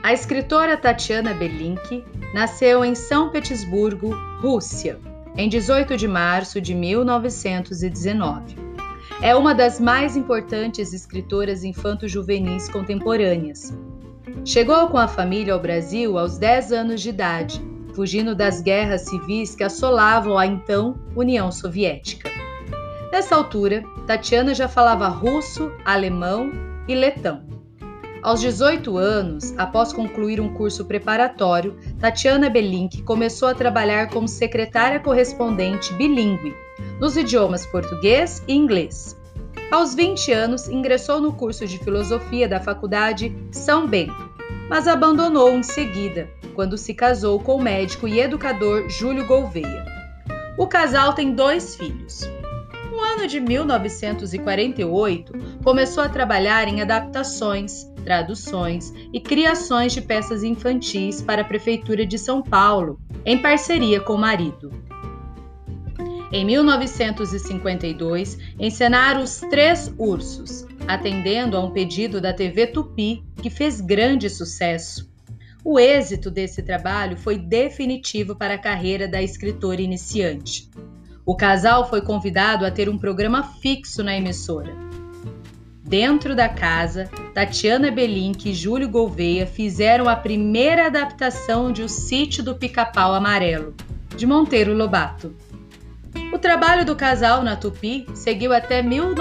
A escritora Tatiana Belink nasceu em São Petersburgo, Rússia, em 18 de março de 1919. É uma das mais importantes escritoras infanto-juvenis contemporâneas. Chegou com a família ao Brasil aos 10 anos de idade, fugindo das guerras civis que assolavam a então União Soviética. Nessa altura, Tatiana já falava russo, alemão e letão. Aos 18 anos, após concluir um curso preparatório, Tatiana Belink começou a trabalhar como secretária correspondente bilíngue, nos idiomas português e inglês. Aos 20 anos, ingressou no curso de filosofia da Faculdade São Bento, mas abandonou em seguida, quando se casou com o médico e educador Júlio Gouveia. O casal tem 2 filhos. No ano de 1948, começou a trabalhar em adaptações, traduções e criações de peças infantis para a Prefeitura de São Paulo, em parceria com o marido. Em 1952, encenaram Os Três Ursos, atendendo a um pedido da TV Tupi, que fez grande sucesso. O êxito desse trabalho foi definitivo para a carreira da escritora iniciante. O casal foi convidado a ter um programa fixo na emissora. Dentro da casa, Tatiana Belink e Júlio Gouveia fizeram a primeira adaptação de O Sítio do Pica-Pau Amarelo, de Monteiro Lobato. O trabalho do casal na Tupi seguiu até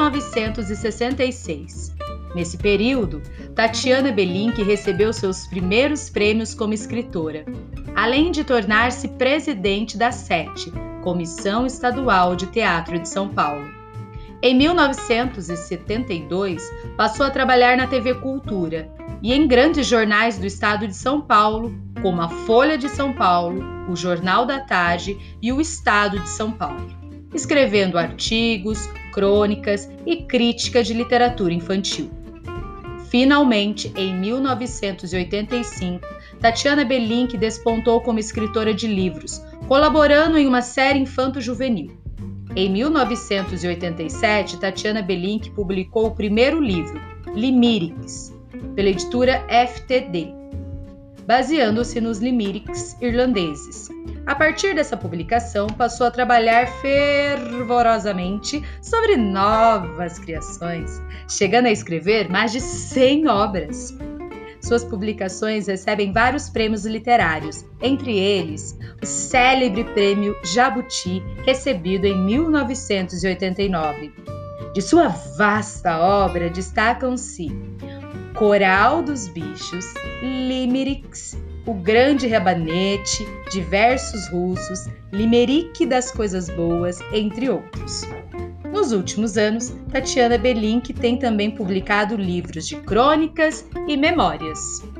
1966. Nesse período, Tatiana Belink recebeu seus primeiros prêmios como escritora, além de tornar-se presidente da SETE, Comissão Estadual de Teatro de São Paulo. Em 1972, passou a trabalhar na TV Cultura e em grandes jornais do estado de São Paulo, como a Folha de São Paulo, o Jornal da Tarde e o Estado de São Paulo, escrevendo artigos, crônicas e crítica de literatura infantil. Finalmente, em 1985, Tatiana Belink despontou como escritora de livros, colaborando em uma série infanto-juvenil. Em 1987, Tatiana Belink publicou o primeiro livro, Limerics, pela editora FTD, baseando-se nos limerics irlandeses. A partir dessa publicação, passou a trabalhar fervorosamente sobre novas criações, chegando a escrever mais de 100 obras. Suas publicações recebem vários prêmios literários, entre eles o célebre Prêmio Jabuti, recebido em 1989. De sua vasta obra destacam-se Coral dos Bichos, Limericks, O Grande Rabanete, Diversos Russos, Limerick das Coisas Boas, entre outros. Nos últimos anos, Tatiana Belink tem também publicado livros de crônicas e memórias.